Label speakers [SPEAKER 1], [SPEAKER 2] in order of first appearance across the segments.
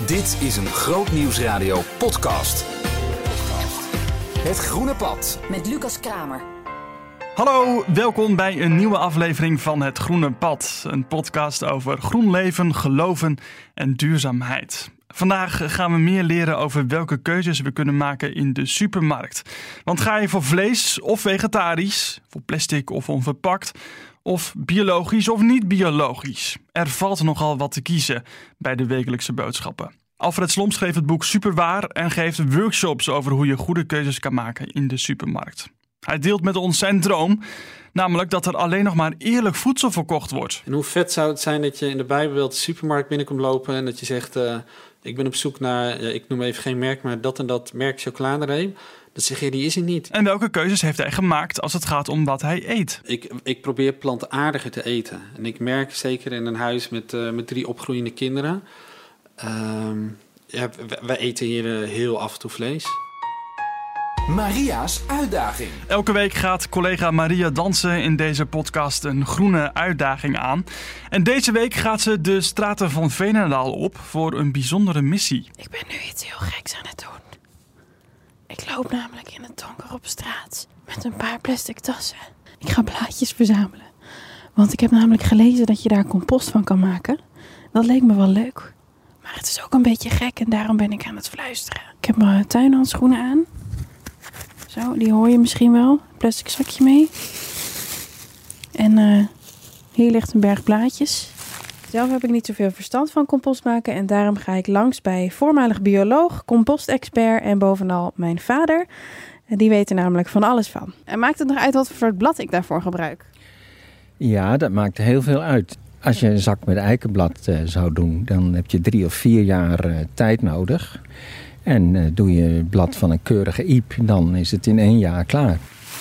[SPEAKER 1] Dit is een Grootnieuwsradio podcast. Het Groene Pad.
[SPEAKER 2] Met Lucas Kramer.
[SPEAKER 3] Hallo, welkom bij een nieuwe aflevering van Het Groene Pad. Een podcast over groen leven, geloven en duurzaamheid. Vandaag gaan we meer leren over welke keuzes we kunnen maken in de supermarkt. Want ga je voor vlees of vegetarisch, voor plastic of onverpakt, of biologisch of niet biologisch? Er valt nogal wat te kiezen bij de wekelijkse boodschappen. Alfred Slomp schreef het boek Superwaar en geeft workshops over hoe je goede keuzes kan maken in de supermarkt. Hij deelt met ons zijn droom, namelijk dat er alleen nog maar eerlijk voedsel verkocht wordt.
[SPEAKER 4] En hoe vet zou het zijn dat je in de bijbeeld de supermarkt binnenkomt lopen en dat je zegt, ik ben op zoek naar, ik noem even geen merk, maar dat en dat merk chocoladereep. Dan zeg je, die is er niet.
[SPEAKER 3] En welke keuzes heeft hij gemaakt als het gaat om wat hij eet?
[SPEAKER 4] Ik probeer plantaardiger te eten. En ik merk zeker in een huis met 3 opgroeiende kinderen. Wij eten hier heel af en toe vlees.
[SPEAKER 1] Maria's uitdaging.
[SPEAKER 3] Elke week gaat collega Maria Dansen in deze podcast een groene uitdaging aan. En deze week gaat ze de straten van Veenendaal op voor een bijzondere missie.
[SPEAKER 5] Ik ben nu iets heel geks aan het doen. Ik loop namelijk in het donker op straat met een paar plastic tassen. Ik ga blaadjes verzamelen. Want ik heb namelijk gelezen dat je daar compost van kan maken. Dat leek me wel leuk. Maar het is ook een beetje gek en daarom ben ik aan het fluisteren. Ik heb mijn tuinhandschoenen aan. Zo, die hoor je misschien wel. Plastic zakje mee. En hier ligt een berg blaadjes. Zelf heb ik niet zoveel verstand van compost maken en daarom ga ik langs bij voormalig bioloog, compostexpert en bovenal mijn vader. Die weet er namelijk van alles van. En maakt het nog uit wat voor soort blad ik daarvoor gebruik?
[SPEAKER 6] Ja, dat maakt heel veel uit. Als je een zak met eikenblad zou doen, dan heb je 3 of 4 jaar tijd nodig. En doe je het blad van een keurige iep, dan is het in 1 jaar klaar.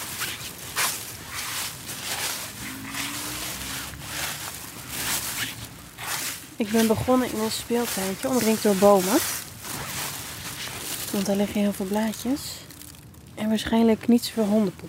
[SPEAKER 5] Ik ben begonnen in een speeltuintje, omringd door bomen. Want daar liggen heel veel blaadjes. En waarschijnlijk niet zoveel hondenpoep.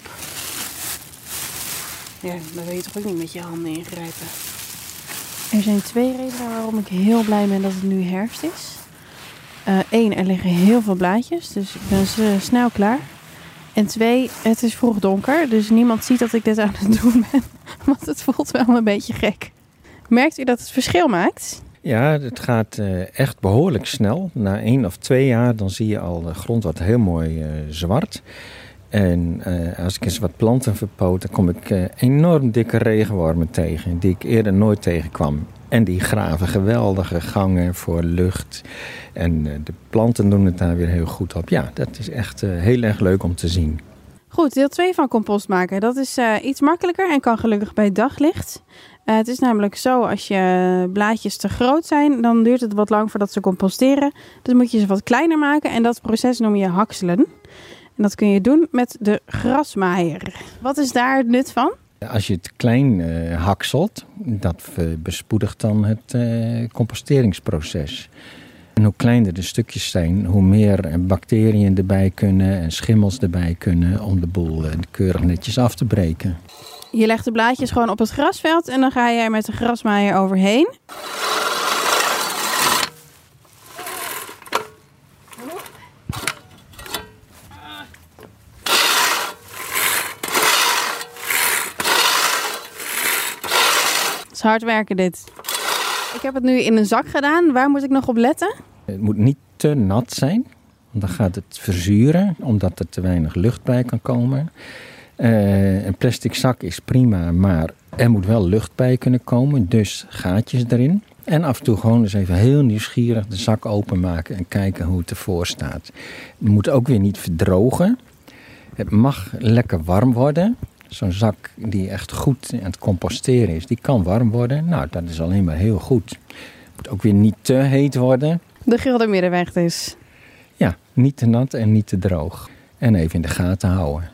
[SPEAKER 5] Ja, daar wil je toch ook niet met je handen ingrijpen. Er zijn 2 redenen waarom ik heel blij ben dat het nu herfst is. 1, er liggen heel veel blaadjes, dus ik ben snel klaar. En 2, het is vroeg donker, dus niemand ziet dat ik dit aan het doen ben. Want het voelt wel een beetje gek. Merkt u dat het verschil maakt?
[SPEAKER 6] Ja, het gaat echt behoorlijk snel. Na 1 of 2 jaar dan zie je al de grond wat heel mooi zwart. En als ik eens wat planten verpoot, dan kom ik enorm dikke regenwormen tegen, die ik eerder nooit tegenkwam. En die graven geweldige gangen voor lucht. En de planten doen het daar weer heel goed op. Ja, dat is echt heel erg leuk om te zien.
[SPEAKER 5] Goed, deel 2 van compost maken. Dat is iets makkelijker en kan gelukkig bij daglicht. Het is namelijk zo, als je blaadjes te groot zijn, dan duurt het wat lang voordat ze composteren. Dus moet je ze wat kleiner maken en dat proces noem je hakselen. En dat kun je doen met de grasmaaier. Wat is daar het nut van?
[SPEAKER 6] Als je het klein hakselt, dat bespoedigt dan het composteringsproces. En hoe kleiner de stukjes zijn, hoe meer bacteriën erbij kunnen en schimmels erbij kunnen om de boel keurig netjes af te breken.
[SPEAKER 5] Je legt de blaadjes gewoon op het grasveld en dan ga je er met de grasmaaier overheen. Het is hard werken dit. Ik heb het nu in een zak gedaan. Waar moet ik nog op letten?
[SPEAKER 6] Het moet niet te nat zijn, want dan gaat het verzuren, omdat er te weinig lucht bij kan komen. Een plastic zak is prima, maar er moet wel lucht bij kunnen komen, dus gaatjes erin. En af en toe gewoon eens even heel nieuwsgierig de zak openmaken en kijken hoe het ervoor staat. Het moet ook weer niet verdrogen. Het mag lekker warm worden. Zo'n zak die echt goed aan het composteren is, die kan warm worden. Nou, dat is alleen maar heel goed. Het moet ook weer niet te heet worden.
[SPEAKER 5] De gulden middenweg dus.
[SPEAKER 6] Ja, niet te nat en niet te droog. En even in de gaten houden.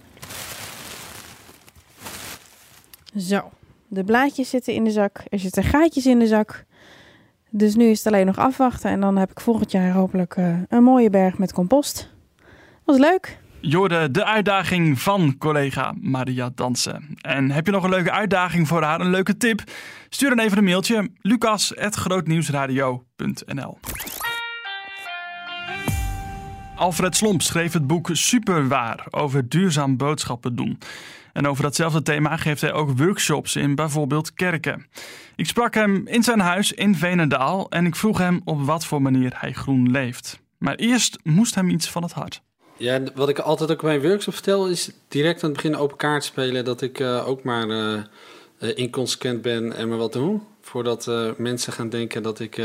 [SPEAKER 5] Zo, de blaadjes zitten in de zak. Er zitten gaatjes in de zak. Dus nu is het alleen nog afwachten. En dan heb ik volgend jaar hopelijk een mooie berg met compost. Was leuk.
[SPEAKER 3] Jorde, de uitdaging van collega Maria Dansen. En heb je nog een leuke uitdaging voor haar, een leuke tip? Stuur dan even een mailtje, lucas@grootnieuwsradio.nl. Alfred Slomp schreef het boek Superwaar over duurzaam boodschappen doen. En over datzelfde thema geeft hij ook workshops in bijvoorbeeld kerken. Ik sprak hem in zijn huis in Veenendaal en ik vroeg hem op wat voor manier hij groen leeft. Maar eerst moest hem iets van het hart.
[SPEAKER 4] Ja, wat ik altijd ook bij een workshop vertel is direct aan het begin open kaart spelen dat ik ook maar inconsequent ben en maar wat doe. Voordat mensen gaan denken dat ik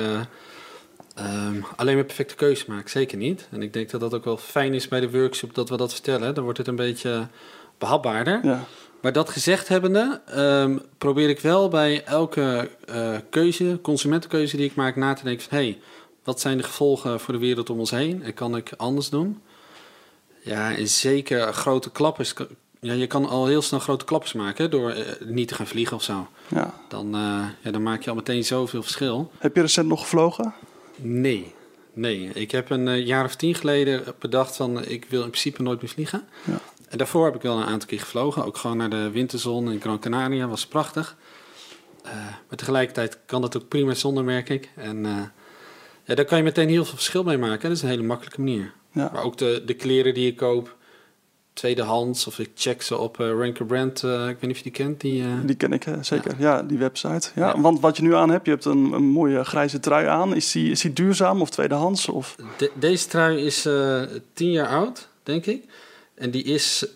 [SPEAKER 4] alleen maar perfecte keuzes maak. Zeker niet. En ik denk dat dat ook wel fijn is bij de workshop dat we dat vertellen. Dan wordt het een beetje behapbaarder. Ja. Maar dat gezegd hebbende, probeer ik wel bij elke consumentenkeuze die ik maak na te denken van hey, wat zijn de gevolgen voor de wereld om ons heen en kan ik anders doen? Ja, en zeker grote klappers. Ja, je kan al heel snel grote klappers maken door niet te gaan vliegen of zo. Ja. Dan maak je al meteen zoveel verschil.
[SPEAKER 3] Heb je recent nog gevlogen?
[SPEAKER 4] Nee. Ik heb een jaar of 10 geleden bedacht van ik wil in principe nooit meer vliegen. Ja. En daarvoor heb ik wel een aantal keer gevlogen. Ook gewoon naar de winterzon in Gran Canaria. Was prachtig. Maar tegelijkertijd kan dat ook prima zonder, merk ik. En daar kan je meteen heel veel verschil mee maken. Dat is een hele makkelijke manier. Ja. Maar ook de kleren die ik koop, tweedehands, of ik check ze op Ranker Brand. Ik weet niet of je die kent. Die ken ik zeker, ja, die website. Ja, want wat je nu aan hebt, je hebt een mooie grijze trui aan. Is die duurzaam of tweedehands? Of? Deze trui is 10 jaar oud, denk ik. En die is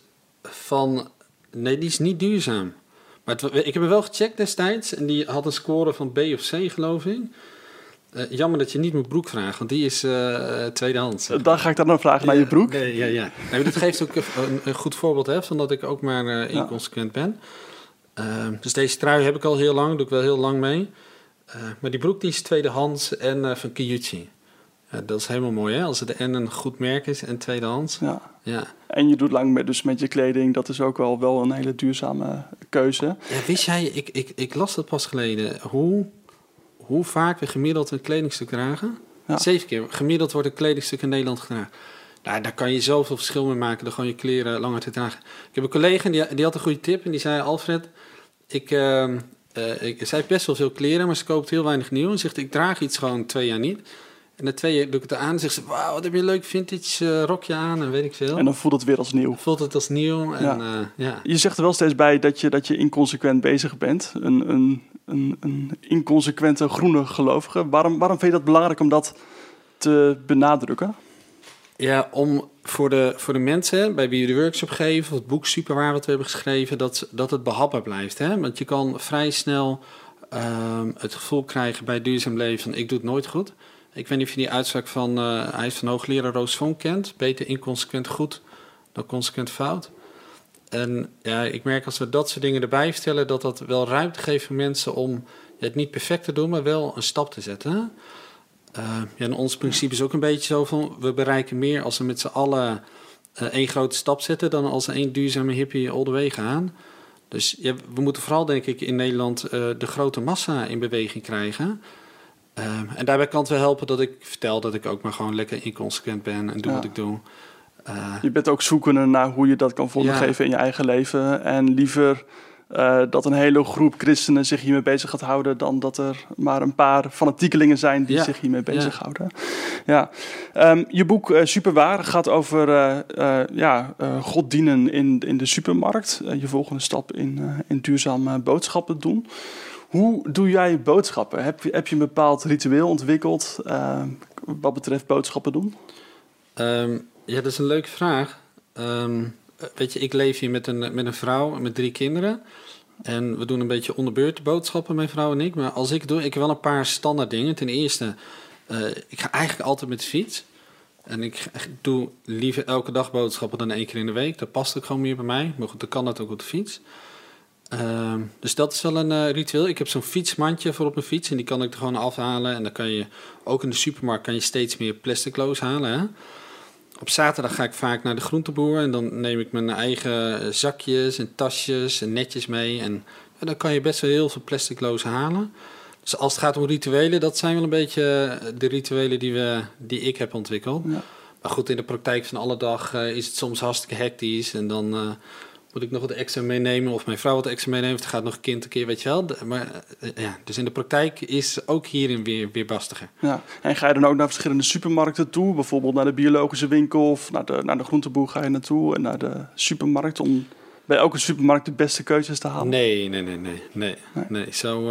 [SPEAKER 4] die is niet duurzaam. Maar ik heb hem wel gecheckt destijds en die had een score van B of C, geloof ik. Jammer dat je niet mijn broek vraagt, want die is tweedehands. Dan ga ik dan een vraag naar je broek. Ja. Nee, dit geeft ook een goed voorbeeld, hè, van dat ik ook maar inconsequent ben. Dus deze trui heb ik al heel lang, doe ik wel heel lang mee. Maar die broek die is tweedehands en van Kiyuchi. Dat is helemaal mooi, hè? Als het en een goed merk is en tweedehands. Ja. En je doet lang met je kleding. Dat is ook wel een hele duurzame keuze. Ja, wist jij, ik las dat pas geleden. Hoe vaak we gemiddeld een kledingstuk dragen? Ja. 7 keer. Gemiddeld wordt een kledingstuk in Nederland gedragen. Nou, daar kan je zoveel verschil mee maken door gewoon je kleren langer te dragen. Ik heb een collega die had een goede tip. En die zei, Alfred, zij heeft best wel veel kleren, maar ze koopt heel weinig nieuw. En zegt, ik draag iets gewoon 2 jaar niet. En na 2 jaar doe ik het aan en zegt ze, wauw, wat heb je een leuk vintage rokje aan en weet ik veel. En dan voelt het weer als nieuw. Voelt het als nieuw. En, Je zegt er wel steeds bij dat je inconsequent bezig bent. Een inconsequente groene gelovige. Waarom vind je dat belangrijk om dat te benadrukken? Ja, om voor de mensen bij wie we de workshop geven, of het boek Superwaar wat we hebben geschreven, dat het behapbaar blijft. Hè? Want je kan vrij snel het gevoel krijgen bij duurzaam leven van ik doe het nooit goed. Ik weet niet of je die uitspraak van hoogleraar Roos Vonk kent. Beter inconsequent goed dan consequent fout. En ja, ik merk als we dat soort dingen erbij vertellen, dat wel ruimte geeft voor mensen om het niet perfect te doen, maar wel een stap te zetten. En ons principe is ook een beetje zo van, we bereiken meer als we met z'n allen 1 grote stap zetten dan als 1 duurzame hippie all the way gaan. Dus ja, we moeten vooral, denk ik, in Nederland de grote massa in beweging krijgen. En daarbij kan het wel helpen dat ik vertel dat ik ook maar gewoon lekker inconsequent ben en doe wat ik doe. Je bent ook zoekende naar hoe je dat kan vormgeven in je eigen leven. En liever dat een hele groep christenen zich hiermee bezig gaat houden dan dat er maar een paar fanatiekelingen zijn die zich hiermee bezighouden. Ja. Je boek Superwaar gaat over God dienen in de supermarkt. Je volgende stap in duurzaam boodschappen doen. Hoe doe jij boodschappen? Heb je een bepaald ritueel ontwikkeld wat betreft boodschappen doen? Ja, dat is een leuke vraag. Weet je, ik leef hier met een vrouw en met 3 kinderen. En we doen een beetje onderbeurt boodschappen, mijn vrouw en ik. Maar als ik doe, ik heb wel een paar standaard dingen. Ten eerste, ik ga eigenlijk altijd met de fiets. En ik doe liever elke dag boodschappen dan 1 keer in de week. Dat past ook gewoon meer bij mij. Maar goed, dan kan dat ook op de fiets. Dus dat is wel een ritueel. Ik heb zo'n fietsmandje voor op mijn fiets en die kan ik er gewoon afhalen. En dan kan je, ook in de supermarkt, steeds meer plasticloos halen. Hè? Op zaterdag ga ik vaak naar de groenteboer en dan neem ik mijn eigen zakjes en tasjes en netjes mee. En dan kan je best wel heel veel plasticloos halen. Dus als het gaat om rituelen, dat zijn wel een beetje de rituelen die ik heb ontwikkeld. Ja. Maar goed, in de praktijk van alle dag is het soms hartstikke hectisch en dan moet ik nog wat extra meenemen? Of mijn vrouw wat extra meenemen? Of gaat nog een kind een keer, weet je wel? Maar dus in de praktijk is ook hierin weer bastiger.
[SPEAKER 3] Ja. En ga je dan ook naar verschillende supermarkten toe? Bijvoorbeeld naar de biologische winkel of naar de groenteboer ga je naartoe en naar de supermarkt om bij elke supermarkt de beste keuzes te halen?
[SPEAKER 4] Nee.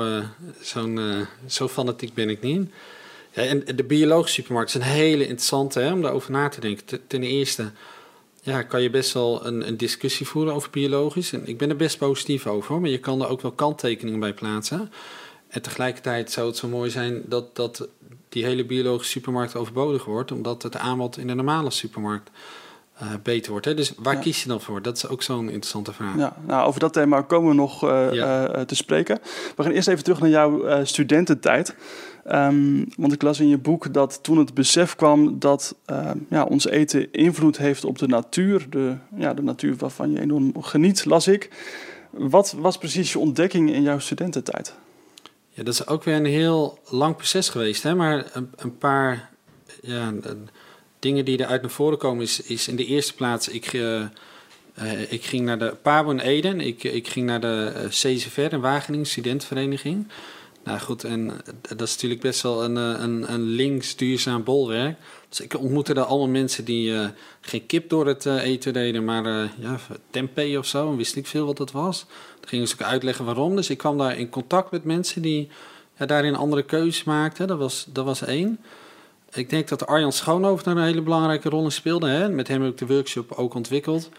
[SPEAKER 4] Zo fanatiek ben ik niet. Ja, en de biologische supermarkt is een hele interessante, hè, om daarover na te denken. Ten eerste kan je best wel een discussie voeren over biologisch. En ik ben er best positief over, hoor, maar je kan er ook wel kanttekeningen bij plaatsen. En tegelijkertijd zou het zo mooi zijn dat die hele biologische supermarkt overbodig wordt, omdat het aanbod in de normale supermarkt beter wordt. Hè? Dus waar kies je dan voor? Dat is ook zo'n interessante vraag.
[SPEAKER 3] Ja, nou, over dat thema komen we nog te spreken. We gaan eerst even terug naar jouw studententijd. Want ik las in je boek dat toen het besef kwam dat ons eten invloed heeft op de natuur. De natuur waarvan je enorm geniet, las ik. Wat was precies je ontdekking in jouw studententijd?
[SPEAKER 4] Ja, dat is ook weer een heel lang proces geweest. Hè? Maar een paar dingen die eruit naar voren komen is in de eerste plaats... Ik ging naar de PABO in Eden. Ik ging naar de CCVR in Wageningen, studentenvereniging. Nou goed, en dat is natuurlijk best wel een links duurzaam bolwerk. Dus ik ontmoette daar allemaal mensen die geen kip door het eten deden, maar tempeh of zo. En wist ik veel wat dat was. Dan gingen ze ook uitleggen waarom. Dus ik kwam daar in contact met mensen die daarin andere keuzes maakten. Dat was één. Ik denk dat Arjan Schoonhoven daar een hele belangrijke rol in speelde. Hè? Met hem heb ik de workshop ook ontwikkeld.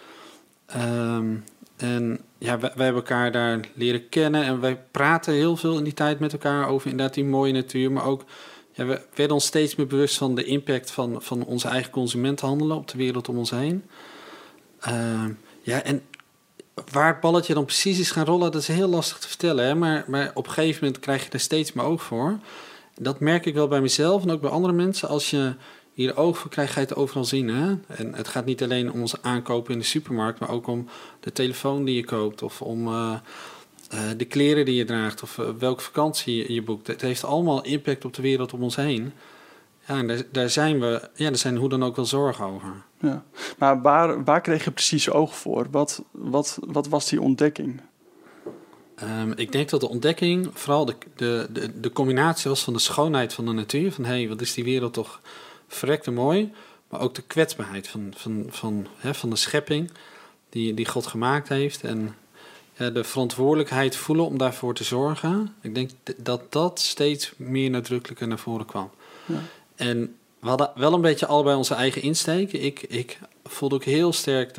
[SPEAKER 4] Wij hebben elkaar daar leren kennen en wij praten heel veel in die tijd met elkaar over inderdaad die mooie natuur, maar ook we werden ons steeds meer bewust van de impact van onze eigen consumentenhandelen op de wereld om ons heen. En waar het balletje dan precies is gaan rollen, dat is heel lastig te vertellen, hè? Maar op een gegeven moment krijg je er steeds meer oog voor. Dat merk ik wel bij mezelf en ook bij andere mensen. Als je hier oog voor krijgt, ga je het overal zien. Hè? En het gaat niet alleen om ons aankopen in de supermarkt, maar ook om de telefoon die je koopt of om de kleren die je draagt of welke vakantie je boekt. Het heeft allemaal impact op de wereld om ons heen. Ja, en daar zijn hoe dan ook wel zorgen over.
[SPEAKER 3] Ja. Maar waar kreeg je precies oog voor? Wat was die ontdekking?
[SPEAKER 4] Ik denk dat de ontdekking vooral de combinatie was van de schoonheid van de natuur. Van wat is die wereld toch verrekte mooi. Maar ook de kwetsbaarheid van de schepping die God gemaakt heeft. En de verantwoordelijkheid voelen om daarvoor te zorgen. Ik denk dat steeds meer nadrukkelijker naar voren kwam. Ja. En we hadden wel een beetje allebei onze eigen insteek. Ik voelde ook heel sterk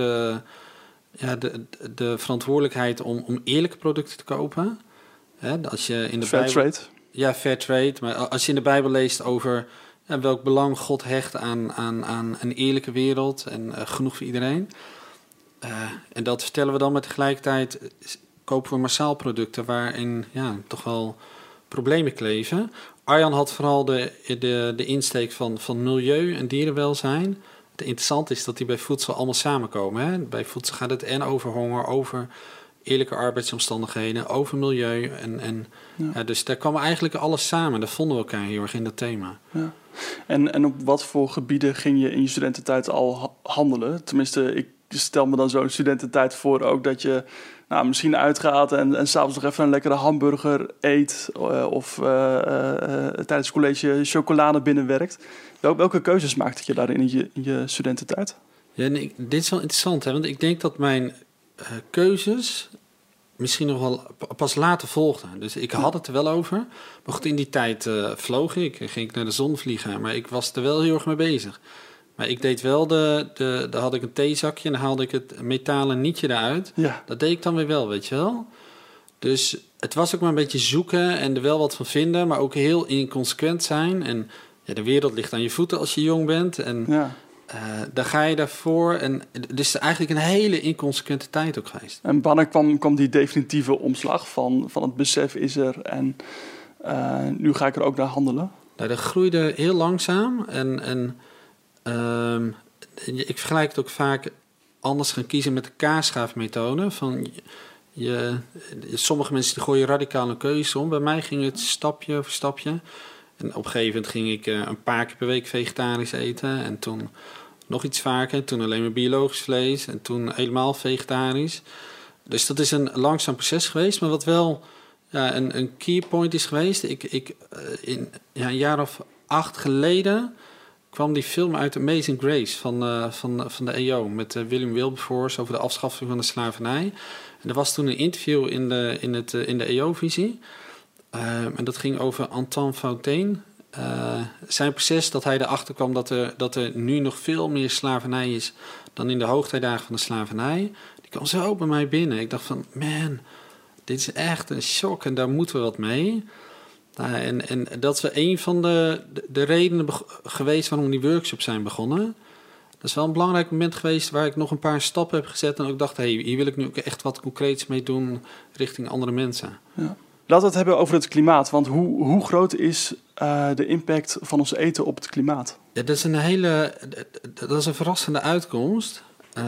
[SPEAKER 4] de verantwoordelijkheid om eerlijke producten te kopen. Als je in de
[SPEAKER 3] Fairtrade.
[SPEAKER 4] Ja, Fairtrade. Maar als je in de Bijbel leest over welk belang God hecht aan een eerlijke wereld en genoeg voor iedereen. En dat vertellen we dan, maar tegelijkertijd kopen we massaal producten waarin toch wel problemen kleven. Arjan had vooral de insteek van milieu en dierenwelzijn. Het interessante is dat die bij voedsel allemaal samenkomen. Hè? Bij voedsel gaat het en over honger, over eerlijke arbeidsomstandigheden, over milieu. Dus daar kwam eigenlijk alles samen. Daar vonden we elkaar heel erg in dat thema. Ja.
[SPEAKER 3] En op wat voor gebieden ging je in je studententijd al handelen? Tenminste, ik stel me dan zo'n studententijd voor ook dat je misschien uitgaat en 's avonds nog even een lekkere hamburger eet of tijdens college chocolade binnenwerkt. Welke keuzes maakte je daarin in je studententijd?
[SPEAKER 4] Ja, dit is wel interessant, hè? Want ik denk dat mijn keuzes misschien nog wel pas later volgden. Dus ik had het er wel over. Maar goed, in die tijd vloog ik en ging ik naar de zon vliegen. Maar ik was er wel heel erg mee bezig. Maar ik deed wel daar had ik een theezakje en dan haalde ik het metalen nietje eruit. Ja. Dat deed ik dan weer wel, weet je wel. Dus het was ook maar een beetje zoeken en er wel wat van vinden, maar ook heel inconsequent zijn. En de wereld ligt aan je voeten als je jong bent. En daar ga je daarvoor. En dus eigenlijk een hele inconsequente tijd ook geweest.
[SPEAKER 3] En wanneer kwam die definitieve omslag van het besef is er en nu ga ik er ook naar handelen?
[SPEAKER 4] Nou, dat groeide heel langzaam en ik vergelijk het ook vaak anders gaan kiezen met de kaasschaafmethode. Sommige mensen die gooien radicaal een keuze om. Bij mij ging het stapje voor stapje. En op een gegeven moment ging ik een paar keer per week vegetarisch eten. En toen nog iets vaker. Toen alleen maar biologisch vlees en toen helemaal vegetarisch. Dus dat is een langzaam proces geweest, maar wat wel een key point is geweest. Een jaar of 8 geleden kwam die film uit Amazing Grace van de EO met William Wilberforce over de afschaffing van de slavernij. En er was toen een interview in de EO-visie. En dat ging over Antoine Fontaine. Zijn proces dat hij erachter kwam dat er nu nog veel meer slavernij is dan in de hoogtijdagen van de slavernij. Die kwam zo bij mij binnen. Ik dacht van, man, dit is echt een shock en daar moeten we wat mee. En dat is een van de redenen geweest waarom die workshops zijn begonnen. Dat is wel een belangrijk moment geweest waar ik nog een paar stappen heb gezet. En ook dacht, hier wil ik nu ook echt wat concreets mee doen richting andere mensen.
[SPEAKER 3] Ja. Laten we het hebben over het klimaat. Want hoe groot is de impact van ons eten op het klimaat?
[SPEAKER 4] Ja, dat is een verrassende uitkomst.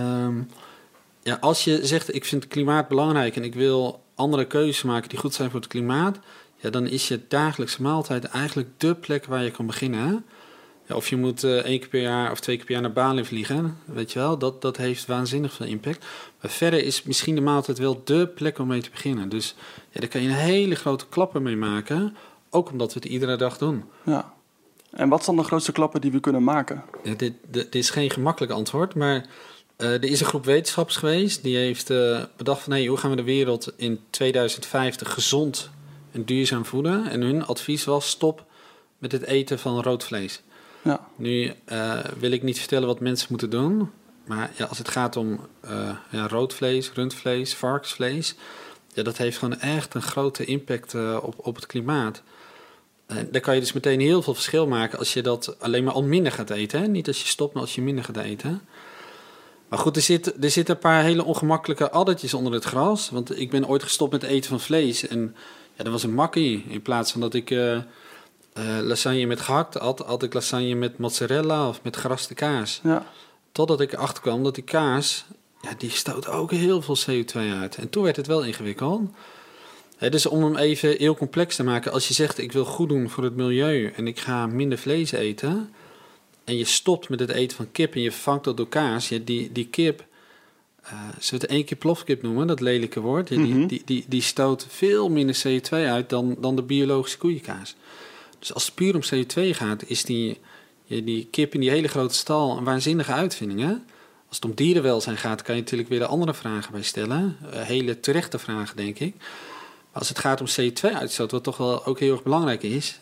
[SPEAKER 4] Als je zegt, ik vind het klimaat belangrijk en ik wil andere keuzes maken die goed zijn voor het klimaat, dan is je dagelijkse maaltijd eigenlijk dé plek waar je kan beginnen. Hè? Ja, of je moet 1 keer per jaar of 2 keer per jaar naar Bali vliegen, weet je wel, dat heeft waanzinnig veel impact. Maar verder is misschien de maaltijd wel dé plek om mee te beginnen. Dus daar kan je een hele grote klappen mee maken, ook omdat we het iedere dag doen. Ja.
[SPEAKER 3] En wat zijn de grootste klappen die we kunnen maken?
[SPEAKER 4] Ja, dit is geen gemakkelijk antwoord, maar er is een groep wetenschappers geweest die heeft bedacht van hoe gaan we de wereld in 2050 gezond en duurzaam voeden. En hun advies was stop met het eten van rood vlees. Ja. Nu wil ik niet vertellen wat mensen moeten doen. Maar als het gaat om rood vlees, rundvlees, varkensvlees, dat heeft gewoon echt een grote impact op het klimaat. Daar kan je dus meteen heel veel verschil maken als je dat alleen maar al minder gaat eten. Hè? Niet als je stopt, maar als je minder gaat eten. Maar goed, er zitten een paar hele ongemakkelijke addertjes onder het gras. Want ik ben ooit gestopt met het eten van vlees. En dat was een makkie. In plaats van dat ik lasagne met gehakt had ik lasagne met mozzarella of met geraste kaas. Ja. Totdat ik erachter kwam dat die kaas, die stoot ook heel veel CO2 uit. En toen werd het wel ingewikkeld. Dus om hem even heel complex te maken, als je zegt ik wil goed doen voor het milieu en ik ga minder vlees eten en je stopt met het eten van kip en je vervangt dat door kaas, die kip, zullen we het 1 keer plofkip noemen, dat lelijke woord, die stoot veel minder CO2 uit dan de biologische koeienkaas. Dus als het puur om CO2 gaat, is die kip in die hele grote stal een waanzinnige uitvinding. Hè? Als het om dierenwelzijn gaat, kan je natuurlijk weer de andere vragen bij stellen. Hele terechte vragen, denk ik. Maar als het gaat om CO2-uitstoot, wat toch wel ook heel erg belangrijk is,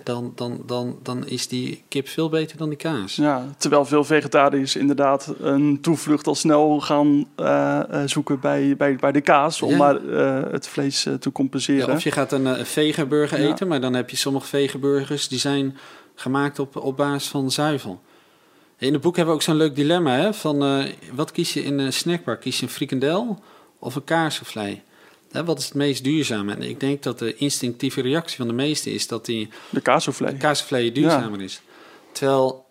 [SPEAKER 4] dan is die kip veel beter dan die kaas.
[SPEAKER 3] Ja, terwijl veel vegetariërs inderdaad een toevlucht al snel gaan zoeken bij de kaas om maar het vlees te compenseren.
[SPEAKER 4] Ja, of je gaat een vegaburger eten, maar dan heb je sommige vegaburgers die zijn gemaakt op basis van zuivel. In het boek hebben we ook zo'n leuk dilemma, hè, van wat kies je in een snackbar? Kies je een frikandel of een kaassoufflé? Wat is het meest duurzame? En ik denk dat de instinctieve reactie van de meesten is dat de kaassoufflé duurzamer is. Terwijl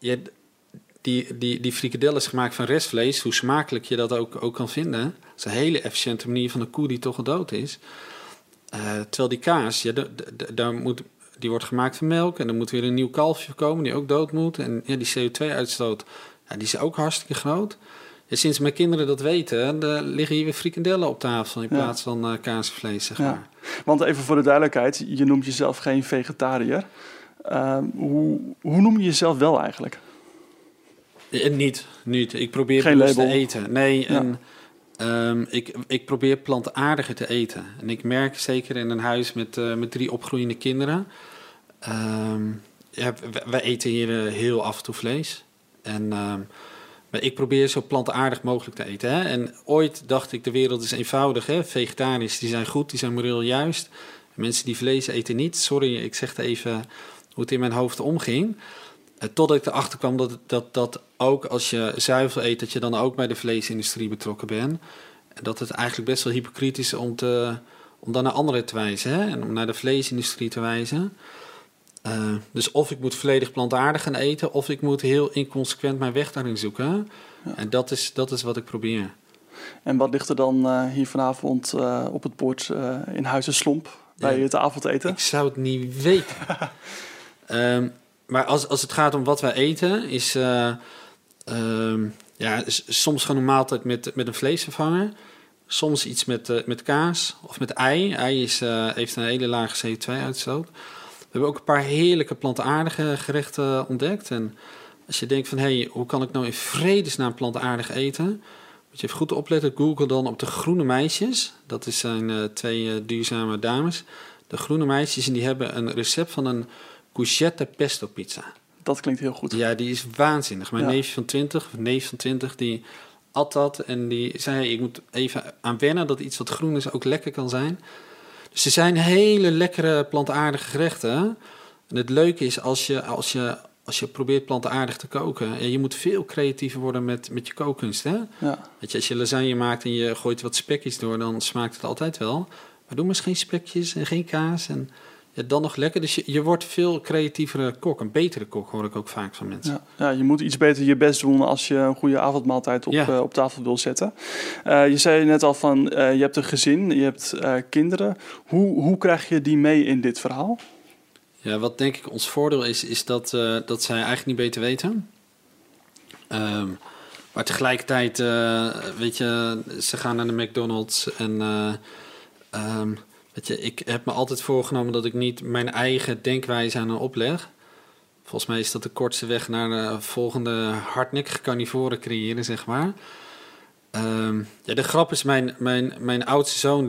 [SPEAKER 4] die frikandel is gemaakt van restvlees, hoe smakelijk je dat ook kan vinden. Dat is een hele efficiënte manier van een koe die toch al dood is. Terwijl die kaas, die wordt gemaakt van melk en er moet weer een nieuw kalfje komen die ook dood moet. En die CO2-uitstoot, die is ook hartstikke groot. Ja, sinds mijn kinderen dat weten, liggen hier weer frikandellen op tafel in plaats van kaasvlees, zeg maar.
[SPEAKER 3] Ja. Want even voor de duidelijkheid, je noemt jezelf geen vegetariër. Hoe noem je jezelf wel eigenlijk?
[SPEAKER 4] Niet. Ik probeer
[SPEAKER 3] geen
[SPEAKER 4] bewust
[SPEAKER 3] label.
[SPEAKER 4] te eten. Nee, ik probeer plantaardiger te eten. En ik merk zeker in een huis met 3 opgroeiende kinderen. Wij eten hier heel af en toe vlees. Maar ik probeer zo plantaardig mogelijk te eten. Hè? En ooit dacht ik, de wereld is eenvoudig. Hè? Vegetariërs, die zijn goed, die zijn moreel juist. Mensen die vlees eten niet. Sorry, ik zeg het even hoe het in mijn hoofd omging. Totdat ik erachter kwam dat ook als je zuivel eet, dat je dan ook bij de vleesindustrie betrokken bent. En dat het eigenlijk best wel hypocriet is om dan naar anderen te wijzen. Hè? En om naar de vleesindustrie te wijzen. Dus of ik moet volledig plantaardig gaan eten, of ik moet heel inconsequent mijn weg daarin zoeken. Ja. En dat is wat ik probeer.
[SPEAKER 3] En wat ligt er dan hier vanavond op het bord in Huizen Slomp bij het avondeten?
[SPEAKER 4] Ik zou het niet weten. Maar als het gaat om wat wij eten, is Soms gewoon een maaltijd met een vleesvervanger. Soms iets met kaas of met ei. Ei heeft een hele lage CO2-uitstoot. We hebben ook een paar heerlijke plantaardige gerechten ontdekt. En als je denkt van, hoe kan ik nou in vredesnaam plantaardig eten? Moet je even goed opletten. Google dan op de Groene Meisjes. Dat zijn 2 duurzame dames. De Groene Meisjes, en die hebben een recept van een courgette pesto pizza.
[SPEAKER 3] Dat klinkt heel goed.
[SPEAKER 4] Ja, die is waanzinnig. Mijn neef van 20, die at dat en die zei, ik moet even aan wennen dat iets wat groen is ook lekker kan zijn. Dus er zijn hele lekkere plantaardige gerechten. En het leuke is als je probeert plantaardig te koken, je moet veel creatiever worden met je kookkunst. Hè?
[SPEAKER 3] Ja.
[SPEAKER 4] Weet je, als je lasagne maakt en je gooit wat spekjes door, dan smaakt het altijd wel. Maar doe maar eens geen spekjes en geen kaas en dan nog lekker. Dus je wordt veel creatievere kok. Een betere kok, hoor ik ook vaak van mensen.
[SPEAKER 3] Ja, je moet iets beter je best doen als je een goede avondmaaltijd op tafel wil zetten. Je zei net al van, je hebt een gezin, je hebt kinderen. Hoe krijg je die mee in dit verhaal?
[SPEAKER 4] Ja, wat denk ik ons voordeel is dat zij eigenlijk niet beter weten. Maar tegelijkertijd, weet je, ze gaan naar de McDonald's en... Weet je, ik heb me altijd voorgenomen dat ik niet mijn eigen denkwijze aan hen opleg. Volgens mij is dat de kortste weg naar de volgende hardnekkige carnivoren creëren, zeg maar. De grap is, mijn oudste zoon,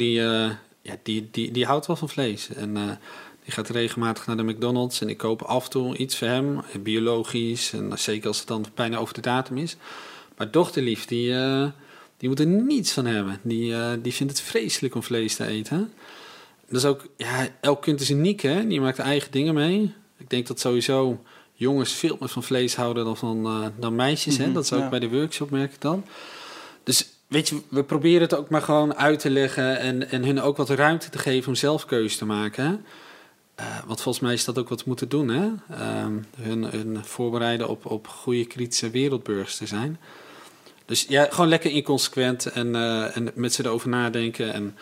[SPEAKER 4] die houdt wel van vlees. En die gaat regelmatig naar de McDonald's en ik koop af en toe iets voor hem, biologisch. En zeker als het dan bijna over de datum is. Maar dochterlief, die moet er niets van hebben. Die vindt het vreselijk om vlees te eten. Dat is ook, elk kind is uniek, hè? Die maakt eigen dingen mee. Ik denk dat sowieso jongens veel meer van vlees houden dan meisjes. Hè? Dat is ook bij de workshop, merk ik dan. Dus weet je, we proberen het ook maar gewoon uit te leggen en hun ook wat ruimte te geven om zelf keuze te maken. Hè? Want volgens mij is dat ook wat we moeten doen, hè? Hun voorbereiden op goede kritische wereldburgers te zijn. Dus gewoon lekker inconsequent en met ze erover nadenken en...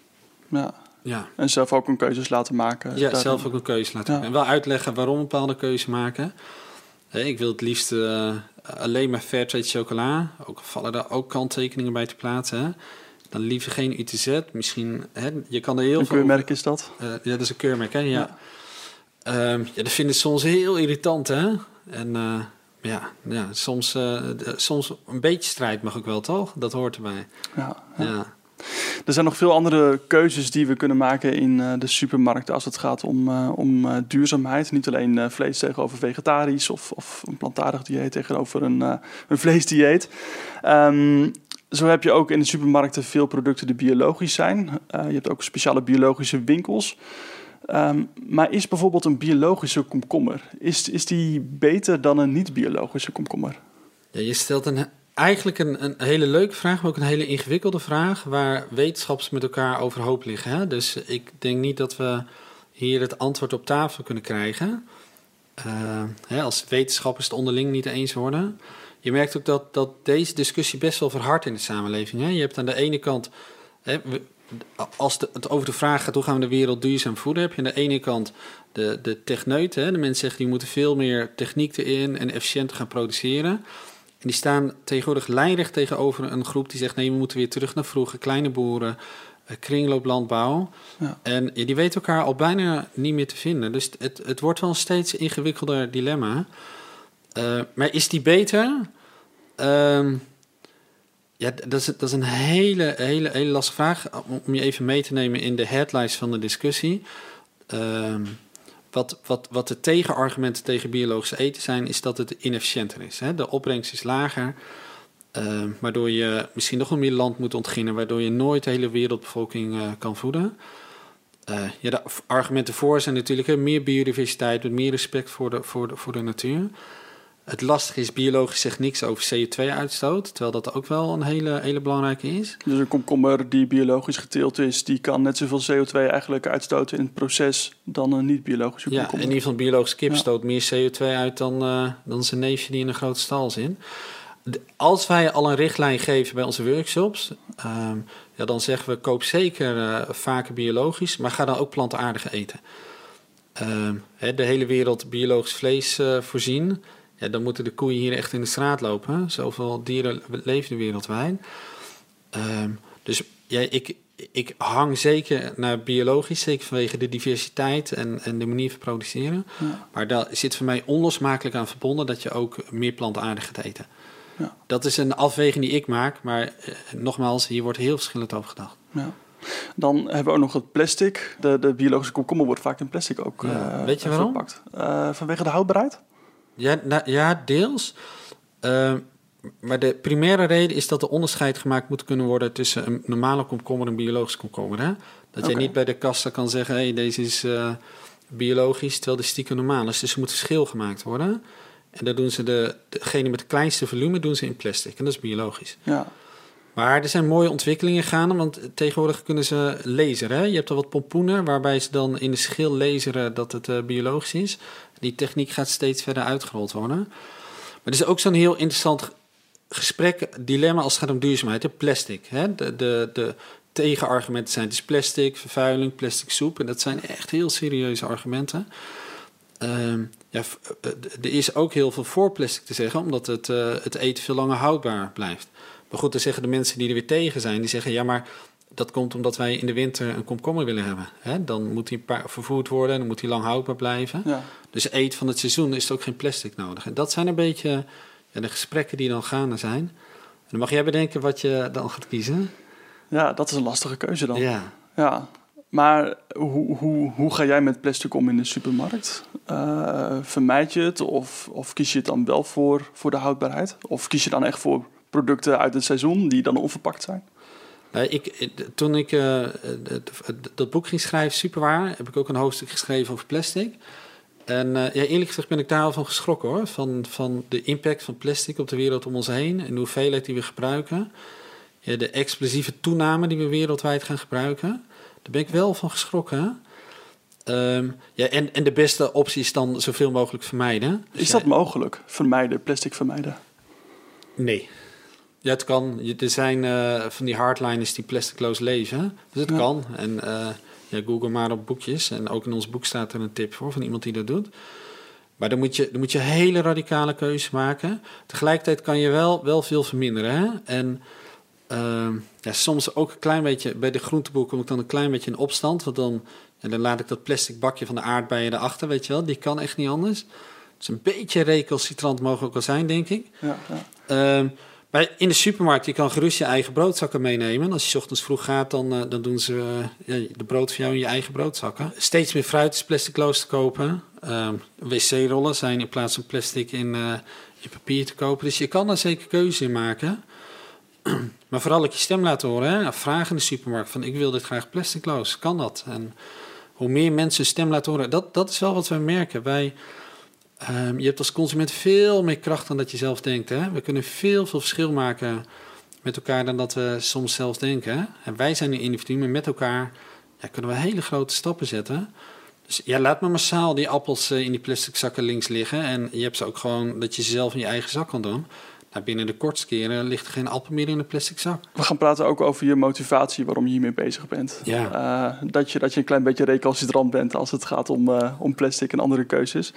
[SPEAKER 4] Ja.
[SPEAKER 3] En zelf ook een keuzes laten maken.
[SPEAKER 4] Ja, zelf ook een keuze laten maken. En wel uitleggen waarom een bepaalde keuze maken. Ik wil het liefst alleen maar Fairtrade chocola. Ook vallen daar ook kanttekeningen bij te plaatsen. Hè? Dan liever geen UTZ. Misschien, je kan er heel veel...
[SPEAKER 3] Een keurmerk is dat?
[SPEAKER 4] Dat is een keurmerk, hè? Ja. Dat vinden ze soms heel irritant, hè? En soms een beetje strijd mag ook wel, toch? Dat hoort erbij. Ja.
[SPEAKER 3] Er zijn nog veel andere keuzes die we kunnen maken in de supermarkten als het gaat om duurzaamheid. Niet alleen vlees tegenover vegetarisch of een plantaardig dieet tegenover een vleesdieet. Zo heb je ook in de supermarkten veel producten die biologisch zijn. Je hebt ook speciale biologische winkels. Maar is bijvoorbeeld een biologische komkommer, is die beter dan een niet-biologische komkommer?
[SPEAKER 4] Ja, je stelt eigenlijk een hele leuke vraag, maar ook een hele ingewikkelde vraag, waar wetenschappers met elkaar overhoop liggen. Hè? Dus ik denk niet dat we hier het antwoord op tafel kunnen krijgen. Als wetenschappers het onderling niet eens worden. Je merkt ook dat deze discussie best wel verhardt in de samenleving. Hè? Je hebt aan de ene kant, als het over de vraag gaat hoe gaan we de wereld duurzaam voeden, heb je aan de ene kant de techneuten. De mensen zeggen die moeten veel meer techniek erin en efficiënter gaan produceren. En die staan tegenwoordig lijnrecht tegenover een groep die zegt... nee, we moeten weer terug naar vroeger, kleine boeren, kringlooplandbouw. Ja. En die weten elkaar al bijna niet meer te vinden. Dus het wordt wel een steeds ingewikkelder dilemma. Maar is die beter? Dat is een hele lastige vraag. Om je even mee te nemen in de headlines van de discussie... Wat de tegenargumenten tegen biologisch eten zijn, is dat het inefficiënter is. Hè? De opbrengst is lager, waardoor je misschien nog meer land moet ontginnen, waardoor je nooit de hele wereldbevolking kan voeden. De argumenten voor zijn natuurlijk meer biodiversiteit, met meer respect voor de natuur. Het lastige is, biologisch zegt niks over CO2-uitstoot, terwijl dat ook wel een hele belangrijke is.
[SPEAKER 3] Dus een komkommer die biologisch geteeld is, die kan net zoveel CO2 eigenlijk uitstoten in het proces dan een niet-biologische komkommer.
[SPEAKER 4] Ja, in ieder geval een biologische kip stoot meer CO2 uit dan zijn neefje die in een grote stal zit. Als wij al een richtlijn geven bij onze workshops, dan zeggen we koop zeker vaker biologisch, maar ga dan ook plantaardig eten. De hele wereld biologisch vlees voorzien. Ja, dan moeten de koeien hier echt in de straat lopen. Zoveel dieren leven wereldwijd. Dus ja, ik hang zeker naar biologisch, zeker vanwege de diversiteit en de manier van produceren. Ja. Maar daar zit voor mij onlosmakelijk aan verbonden dat je ook meer plantaardig gaat eten. Ja. Dat is een afweging die ik maak, maar nogmaals, hier wordt heel verschillend over gedacht.
[SPEAKER 3] Ja. Dan hebben we ook nog het plastic. De biologische komkommer wordt vaak in plastic ook
[SPEAKER 4] weet je waarom?
[SPEAKER 3] verpakt. Vanwege de houdbaarheid?
[SPEAKER 4] Ja, deels. Maar de primaire reden is dat er onderscheid gemaakt moet kunnen worden tussen een normale komkommer en een biologische komkommer. Hè? Dat je niet bij de kassa kan zeggen, hey, deze is biologisch, terwijl de stiekem normaal is. Dus er moet verschil gemaakt worden. En dan doen ze degene met het kleinste volume doen ze in plastic. En dat is biologisch. Ja. Maar er zijn mooie ontwikkelingen gaande, want tegenwoordig kunnen ze laseren. Hè? Je hebt al wat pompoenen waarbij ze dan in de schil laseren dat het biologisch is. Die techniek gaat steeds verder uitgerold worden. Maar er is ook zo'n heel interessant dilemma als het gaat om duurzaamheid. Hè? Plastic. Hè? De tegenargumenten zijn dus plastic, vervuiling, plastic soep. En dat zijn echt heel serieuze argumenten. Er is ook heel veel voor plastic te zeggen, omdat het eten veel langer houdbaar blijft. Maar goed, dan zeggen de mensen die er weer tegen zijn, die zeggen, ja, maar dat komt omdat wij in de winter een komkommer willen hebben. Hè? Dan moet die vervoerd worden en dan moet die lang houdbaar blijven. Ja. Dus eet van het seizoen is er ook geen plastic nodig. En dat zijn een beetje de gesprekken die dan gaande zijn. En dan mag jij bedenken wat je dan gaat kiezen.
[SPEAKER 3] Ja, dat is een lastige keuze dan. Ja. Maar hoe ga jij met plastic om in de supermarkt? Vermijd je het of kies je het dan wel voor de houdbaarheid? Of kies je dan echt voor producten uit het seizoen die dan onverpakt zijn?
[SPEAKER 4] Toen ik dat boek ging schrijven, Superwaar, heb ik ook een hoofdstuk geschreven over plastic. En eerlijk gezegd ben ik daar al van geschrokken, hoor. Van de impact van plastic op de wereld om ons heen en de hoeveelheid die we gebruiken. Ja, de explosieve toename die we wereldwijd gaan gebruiken. Daar ben ik wel van geschrokken. En de beste optie is dan zoveel mogelijk vermijden. Dus
[SPEAKER 3] is dat mogelijk? Plastic vermijden?
[SPEAKER 4] Nee. Ja, het kan. Er zijn van die hardliners die plasticloos leven. Dus het kan. En Google maar op boekjes. En ook in ons boek staat er een tip voor van iemand die dat doet. Maar dan moet je hele radicale keuzes maken. Tegelijkertijd kan je wel veel verminderen. Hè? En soms ook een klein beetje, bij de groenteboer kom ik dan een klein beetje in opstand. Want dan laat ik dat plastic bakje van de aardbeien erachter, weet je wel. Die kan echt niet anders. Dus een beetje recalcitrant mogen ook wel zijn, denk ik. Ja. Maar in de supermarkt, je kan gerust je eigen broodzakken meenemen. En als je 's ochtends vroeg gaat, dan doen ze de brood voor jou in je eigen broodzakken. Steeds meer fruit is plasticloos te kopen. Wc-rollen zijn in plaats van plastic in papier te kopen. Dus je kan daar zeker keuze in maken. Maar vooral ook je stem laten horen. Hè? Vraag in de supermarkt van ik wil dit graag plasticloos. Kan dat? En hoe meer mensen hun stem laten horen, dat is wel wat we merken. Je hebt als consument veel meer kracht dan dat je zelf denkt. Hè? We kunnen veel verschil maken met elkaar dan dat we soms zelf denken. Hè? En wij zijn een individu, maar met elkaar kunnen we hele grote stappen zetten. Dus laat maar massaal die appels in die plastic zakken links liggen. En je hebt ze ook gewoon dat je ze zelf in je eigen zak kan doen. Binnen de kortste keren ligt er geen appel meer in een plastic zak.
[SPEAKER 3] We gaan praten ook over je motivatie, waarom je hiermee bezig bent. Ja. Dat je een klein beetje recalcitrant bent als het gaat om plastic en andere keuzes.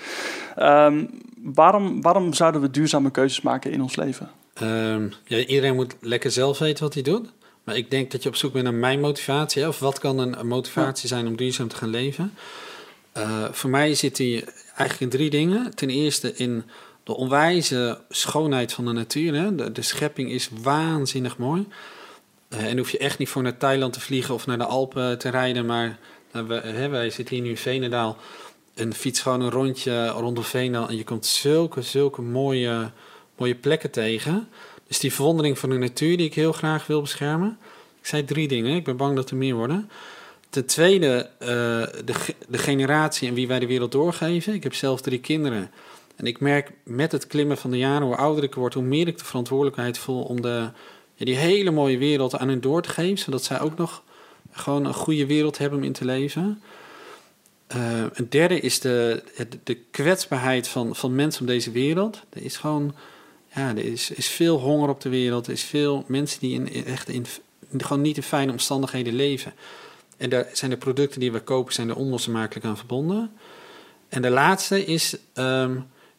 [SPEAKER 3] Waarom zouden we duurzame keuzes maken in ons leven?
[SPEAKER 4] Iedereen moet lekker zelf weten wat hij doet. Maar ik denk dat je op zoek bent naar mijn motivatie. Hè? Of wat kan een motivatie zijn om duurzaam te gaan leven? Voor mij zit die eigenlijk in 3 dingen. Ten eerste in de onwijze schoonheid van de natuur. Hè? De schepping is waanzinnig mooi. En hoef je echt niet voor naar Thailand te vliegen of naar de Alpen te rijden. Maar wij zitten hier nu in Veenendaal. En fiets gewoon een rondje rondom Veenendaal. En je komt zulke mooie plekken tegen. Dus die verwondering van de natuur die ik heel graag wil beschermen. Ik zei 3 dingen. Ik ben bang dat er meer worden. Ten tweede, de generatie en wie wij de wereld doorgeven. Ik heb zelf 3 kinderen. En ik merk met het klimmen van de jaren, hoe ouder ik word, hoe meer ik de verantwoordelijkheid voel om die hele mooie wereld aan hen door te geven. Zodat zij ook nog gewoon een goede wereld hebben om in te leven. Een derde is de kwetsbaarheid van mensen op deze wereld. Er is gewoon, er is veel honger op de wereld. Er is veel mensen die gewoon niet in fijne omstandigheden leven. En daar zijn de producten die we kopen zijn er onlosmakelijk aan verbonden. En de laatste is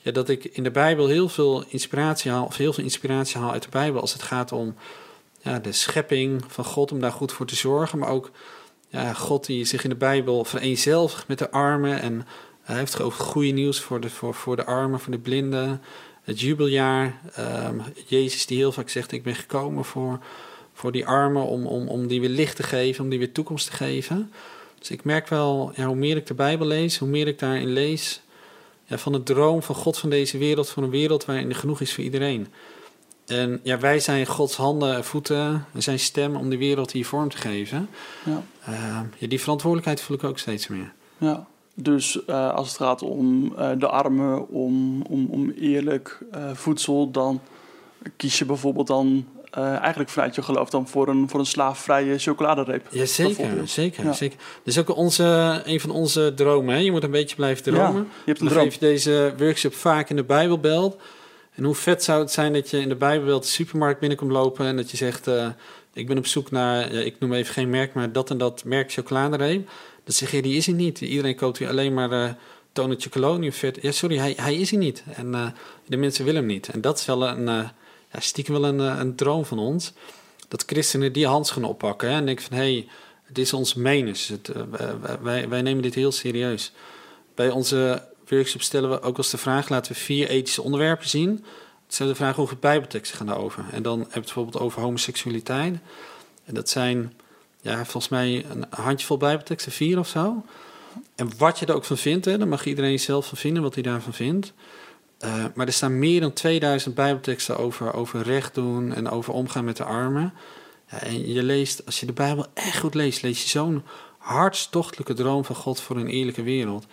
[SPEAKER 4] dat ik in de Bijbel heel veel inspiratie haal uit de Bijbel als het gaat om de schepping van God, om daar goed voor te zorgen. Maar ook God die zich in de Bijbel vereenzelvigt met de armen. En hij heeft ook goede nieuws voor de armen, voor de blinden. Het jubeljaar. Jezus die heel vaak zegt, ik ben gekomen voor die armen om die weer licht te geven, om die weer toekomst te geven. Dus ik merk wel, hoe meer ik de Bijbel lees, hoe meer ik daarin lees van de droom van God van deze wereld, van een wereld waarin er genoeg is voor iedereen. En wij zijn Gods handen en voeten en zijn stem om die wereld hier vorm te geven. Ja. Die verantwoordelijkheid voel ik ook steeds meer.
[SPEAKER 3] Ja, dus als het gaat om de armen, om eerlijk voedsel, dan kies je bijvoorbeeld dan eigenlijk vanuit je geloof dan voor een slaafvrije chocoladereep.
[SPEAKER 4] Ja, zeker. Dat is ook een van onze dromen. Hè? Je moet een beetje blijven dromen.
[SPEAKER 3] Ja, je hebt een
[SPEAKER 4] dan
[SPEAKER 3] droom.
[SPEAKER 4] geef je deze workshop vaak in de Bijbelbelt. En hoe vet zou het zijn dat je in de Bijbelbelt de supermarkt binnenkomt lopen en dat je zegt, ik ben op zoek naar, ik noem even geen merk, maar dat en dat merk chocoladereep. Dat zeg je, die is hij niet. Iedereen koopt weer alleen maar Tonut Chocolonely vet. Ja, sorry, hij is hij niet. En de mensen willen hem niet. En dat is wel stiekem wel een droom van ons. Dat christenen die handschoenen oppakken. Hè, en denken van, het is ons menens. Wij nemen dit heel serieus. Bij onze workshop stellen we ook als de vraag, laten we 4 ethische onderwerpen zien. Stellen de vraag hoeveel bijbelteksten gaan daarover. En dan heb je het bijvoorbeeld over homoseksualiteit. En dat zijn volgens mij een handjevol bijbelteksten, 4 of zo. En wat je er ook van vindt, daar mag iedereen zelf van vinden wat hij daarvan vindt. Maar er staan meer dan 2000 bijbelteksten over recht doen en over omgaan met de armen. Ja, en je leest, als je de Bijbel echt goed leest, lees je zo'n hartstochtelijke droom van God voor een eerlijke wereld.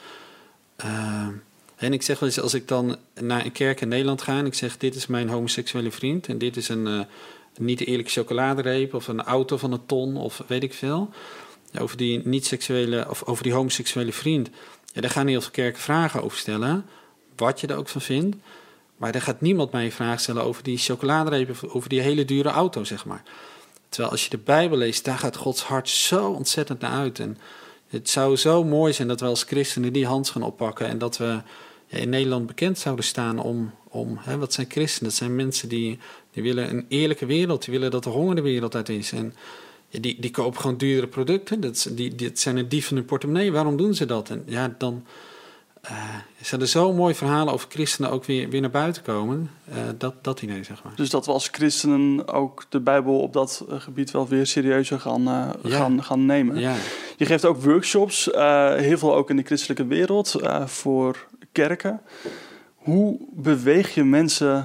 [SPEAKER 4] En ik zeg wel eens, als ik dan naar een kerk in Nederland ga en ik zeg, dit is mijn homoseksuele vriend en dit is een niet eerlijke chocoladereep of een auto van een ton of weet ik veel. Over die niet-seksuele of over die homoseksuele vriend. Ja, daar gaan heel veel kerken vragen over stellen, wat je er ook van vindt. Maar daar gaat niemand mij een vraag stellen over die chocoladereep of over die hele dure auto, zeg maar. Terwijl als je de Bijbel leest, daar gaat Gods hart zo ontzettend naar uit. En het zou zo mooi zijn dat we als christenen die handschoen oppakken en dat we in Nederland bekend zouden staan om wat zijn christenen? Dat zijn mensen die willen een eerlijke wereld, die willen dat de honger de wereld uit is. En die kopen gewoon duurdere producten. Dat zijn een dief van hun portemonnee. Waarom doen ze dat? En dan zijn er zo mooie verhalen over christenen ook weer naar buiten komen. Dat idee, zeg maar.
[SPEAKER 3] Dus dat we als christenen ook de Bijbel op dat gebied wel weer serieuzer gaan nemen. Ja. Je geeft ook workshops, heel veel ook in de christelijke wereld, voor kerken. Hoe beweeg je mensen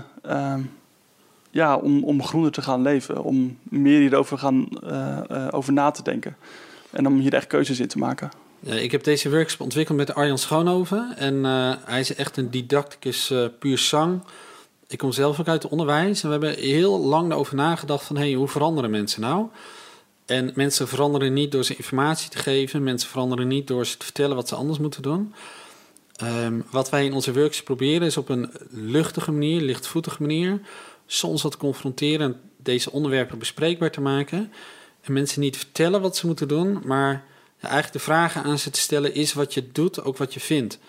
[SPEAKER 3] om groener te gaan leven? Om meer hierover over na te denken? En om hier echt keuzes in te maken?
[SPEAKER 4] Ik heb deze workshop ontwikkeld met Arjan Schoonhoven. En hij is echt een didacticus puur sang. Ik kom zelf ook uit het onderwijs. En we hebben heel lang erover nagedacht van, hoe veranderen mensen nou? En mensen veranderen niet door ze informatie te geven. Mensen veranderen niet door ze te vertellen wat ze anders moeten doen. Wat wij in onze workshop proberen is op een luchtige manier, lichtvoetige manier, soms wat confronteren, deze onderwerpen bespreekbaar te maken. En mensen niet vertellen wat ze moeten doen, maar eigenlijk de vragen aan ze te stellen is wat je doet, ook wat je vindt.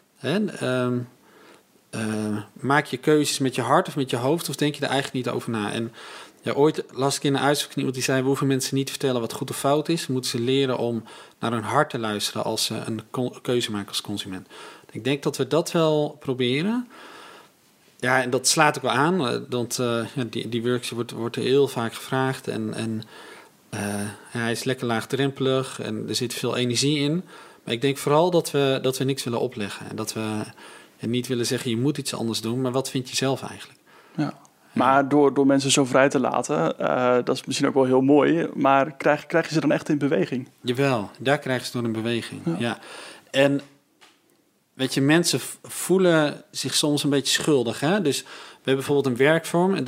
[SPEAKER 4] Maak je keuzes met je hart of met je hoofd of denk je er eigenlijk niet over na? En ooit las ik in een uitspraak van iemand die zei, we hoeven mensen niet te vertellen wat goed of fout is. We moeten ze leren om naar hun hart te luisteren als ze een keuze maken als consument. Ik denk dat we dat wel proberen. Ja, en dat slaat ook wel aan. Want die workshop wordt er heel vaak gevraagd. En hij is lekker laagdrempelig. En er zit veel energie in. Maar ik denk vooral dat we niks willen opleggen. En dat we niet willen zeggen, je moet iets anders doen. Maar wat vind je zelf eigenlijk? Ja.
[SPEAKER 3] Maar door mensen zo vrij te laten, dat is misschien ook wel heel mooi. Maar krijg je ze dan echt in beweging?
[SPEAKER 4] Jawel, daar krijgen ze door in beweging. Ja. En weet je, mensen voelen zich soms een beetje schuldig. Hè? Dus we hebben bijvoorbeeld een werkvorm en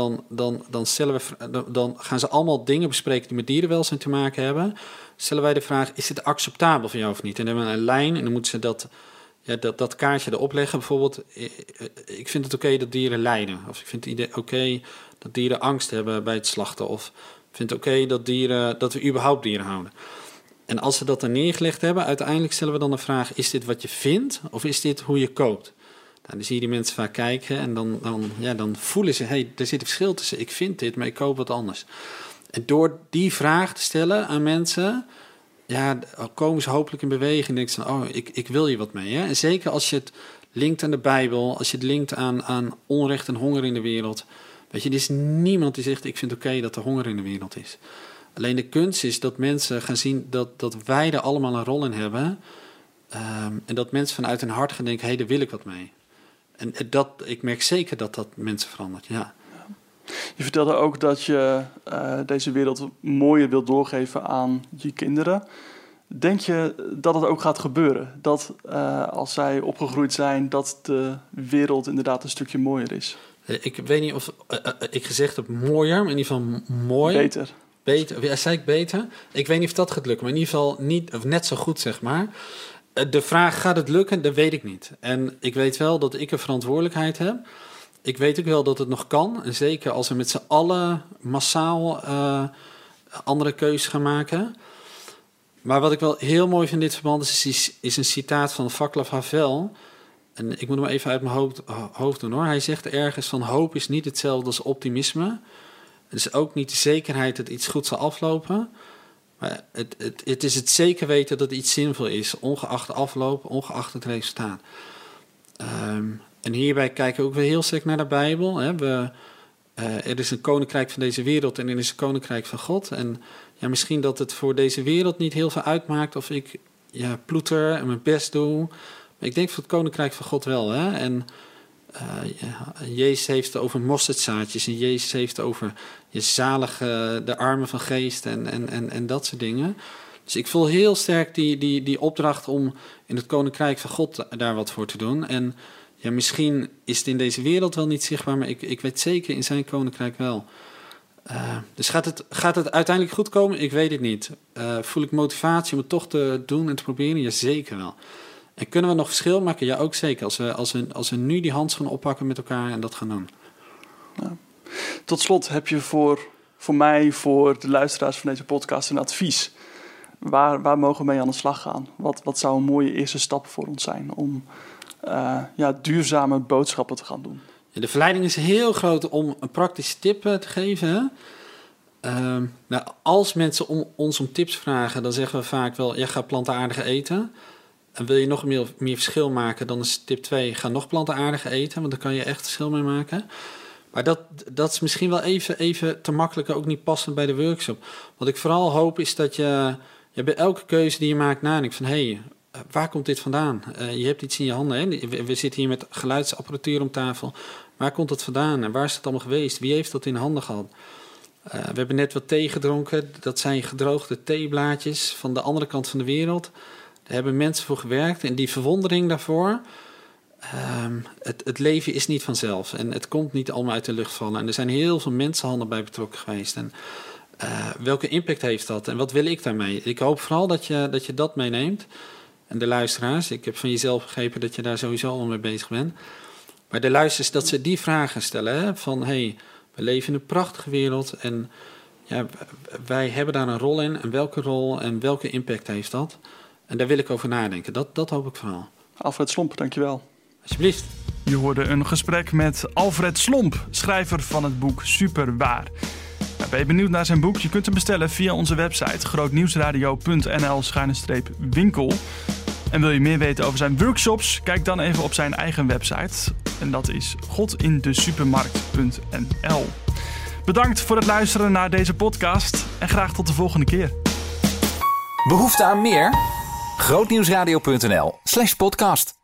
[SPEAKER 4] dan gaan ze allemaal dingen bespreken die met dierenwelzijn te maken hebben. Stellen wij de vraag, is dit acceptabel voor jou of niet? En dan hebben we een lijn en dan moeten ze dat kaartje erop leggen. Bijvoorbeeld, ik vind het oké dat dieren lijden. Of ik vind het oké dat dieren angst hebben bij het slachten. Of ik vind het oké dat we überhaupt dieren houden. En als ze dat er neergelegd hebben, uiteindelijk stellen we dan de vraag, is dit wat je vindt of is dit hoe je koopt? Dan zie je die mensen vaak kijken en dan voelen ze... hey, er zit een verschil tussen. Ik vind dit, maar ik koop wat anders. En door die vraag te stellen aan mensen... komen ze hopelijk in beweging en denken ze... ik wil hier wat mee. Hè? En zeker als je het linkt aan de Bijbel... als je het linkt aan onrecht en honger in de wereld... Weet je, er is niemand die zegt... ik vind het oké dat er honger in de wereld is. Alleen de kunst is dat mensen gaan zien... dat wij er allemaal een rol in hebben... en dat mensen vanuit hun hart gaan denken... daar wil ik wat mee. En ik merk zeker dat mensen verandert, ja.
[SPEAKER 3] Je vertelde ook dat je deze wereld mooier wilt doorgeven aan je kinderen. Denk je dat het ook gaat gebeuren? Dat als zij opgegroeid zijn, dat de wereld inderdaad een stukje mooier is?
[SPEAKER 4] Ik weet niet of ik gezegd heb mooier, maar in ieder geval mooi.
[SPEAKER 3] Beter.
[SPEAKER 4] Ja, zei ik beter? Ik weet niet of dat gaat lukken, maar in ieder geval niet, of net zo goed, zeg maar. De vraag, gaat het lukken? Dat weet ik niet. En ik weet wel dat ik een verantwoordelijkheid heb. Ik weet ook wel dat het nog kan. En zeker als we met z'n allen massaal andere keuzes gaan maken. Maar wat ik wel heel mooi vind in dit verband is een citaat van Václav Havel. En ik moet hem even uit mijn hoofd doen hoor. Hij zegt ergens van hoop is niet hetzelfde als optimisme. Het is ook niet de zekerheid dat iets goed zal aflopen. Maar het is het zeker weten dat iets zinvol is. Ongeacht de afloop, ongeacht het resultaat. En hierbij kijken we ook weer heel sterk naar de Bijbel. Hè. Er is een koninkrijk van deze wereld en er is een koninkrijk van God. En ja, misschien dat het voor deze wereld niet heel veel uitmaakt of ik ploeter en mijn best doe. Maar ik denk voor het koninkrijk van God wel. Hè. En Jezus heeft het over mosterdzaadjes en Jezus heeft het over je zalige, de armen van geest en dat soort dingen. Dus ik voel heel sterk die opdracht om in het koninkrijk van God daar wat voor te doen. En ja, misschien is het in deze wereld wel niet zichtbaar, maar ik weet zeker in zijn koninkrijk wel. Dus gaat het uiteindelijk goed komen? Ik weet het niet. Voel ik motivatie om het toch te doen en te proberen? Ja, zeker wel. En kunnen we nog verschil maken? Ja, ook zeker. Als we nu die handschoenen oppakken met elkaar en dat gaan doen.
[SPEAKER 3] Ja. Tot slot heb je voor mij, voor de luisteraars van deze podcast, een advies. Waar mogen we mee aan de slag gaan? Wat zou een mooie eerste stap voor ons zijn om duurzame boodschappen te gaan doen? Ja,
[SPEAKER 4] de verleiding is heel groot om een praktische tip te geven. Als mensen ons om tips vragen, dan zeggen we vaak wel, ga plantaardig eten. En wil je nog meer verschil maken, dan is tip 2, ga nog plantaardig eten, want daar kan je echt verschil mee maken. Maar dat is misschien wel even te makkelijk, ook niet passend bij de workshop. Wat ik vooral hoop is dat je bij elke keuze die je maakt nadenkt van, waar komt dit vandaan? Je hebt iets in je handen. Hè? We zitten hier met geluidsapparatuur om tafel. Waar komt het vandaan? En waar is het allemaal geweest? Wie heeft dat in handen gehad? We hebben net wat thee gedronken. Dat zijn gedroogde theeblaadjes van de andere kant van de wereld. Daar hebben mensen voor gewerkt. En die verwondering daarvoor. Het leven is niet vanzelf. En het komt niet allemaal uit de lucht vallen. En er zijn heel veel mensenhanden bij betrokken geweest. En welke impact heeft dat? En wat wil ik daarmee? Ik hoop vooral dat je dat meeneemt. En de luisteraars, ik heb van jezelf begrepen dat je daar sowieso al mee bezig bent. Maar de luisteraars, dat ze die vragen stellen. Hè? Van, we leven in een prachtige wereld. En wij hebben daar een rol in. En welke rol en welke impact heeft dat? En daar wil ik over nadenken. Dat hoop ik vooral.
[SPEAKER 3] Alfred Slomp, dankjewel.
[SPEAKER 4] Alsjeblieft.
[SPEAKER 3] Je hoorde een gesprek met Alfred Slomp, schrijver van het boek Super Waar. Ben je benieuwd naar zijn boek? Je kunt hem bestellen via onze website grootnieuwsradio.nl/winkel. En wil je meer weten over zijn workshops? Kijk dan even op zijn eigen website. En dat is godindesupermarkt.nl. Bedankt voor het luisteren naar deze podcast en graag tot de volgende keer.
[SPEAKER 1] Behoefte aan meer? grootnieuwsradio.nl/podcast